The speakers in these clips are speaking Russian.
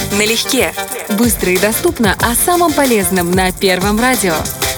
Налегке. Быстро и доступно о самом полезном на Первом радио.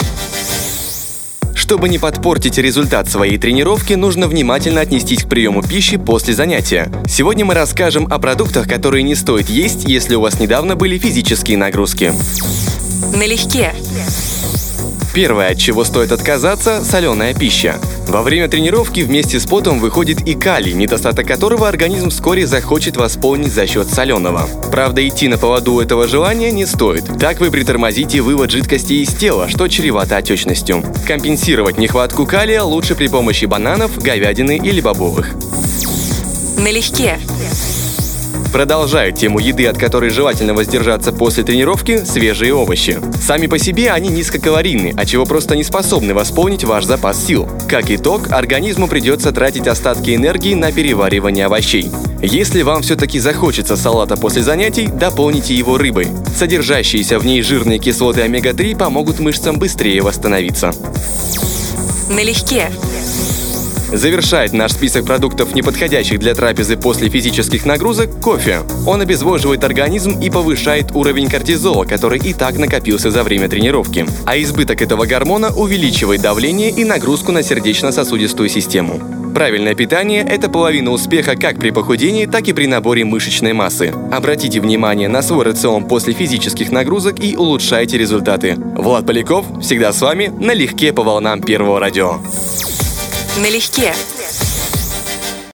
Чтобы не подпортить результат своей тренировки, нужно внимательно отнестись к приему пищи после занятия. Сегодня мы расскажем о продуктах, которые не стоит есть, если у вас недавно были физические нагрузки. Налегке. Первое, от чего стоит отказаться – соленая пища. Во время тренировки вместе с потом выходит и калий, недостаток которого организм вскоре захочет восполнить за счет соленого. Правда, идти на поводу у этого желания не стоит. Так вы притормозите вывод жидкости из тела, что чревато отечностью. Компенсировать нехватку калия лучше при помощи бананов, говядины или бобовых. Налегке. Продолжают тему еды, от которой желательно воздержаться после тренировки, свежие овощи. Сами по себе они низкокалорийны, отчего просто не способны восполнить ваш запас сил. Как итог, организму придется тратить остатки энергии на переваривание овощей. Если вам все-таки захочется салата после занятий, дополните его рыбой. Содержащиеся в ней жирные кислоты омега-3 помогут мышцам быстрее восстановиться. Налегке. Завершает наш список продуктов, не подходящих для трапезы после физических нагрузок, кофе. Он обезвоживает организм и повышает уровень кортизола, который и так накопился за время тренировки. А избыток этого гормона увеличивает давление и нагрузку на сердечно-сосудистую систему. Правильное питание – это половина успеха как при похудении, так и при наборе мышечной массы. Обратите внимание на свой рацион после физических нагрузок и улучшайте результаты. Влад Поляков всегда с вами налегке по волнам Первого радио. Налегке.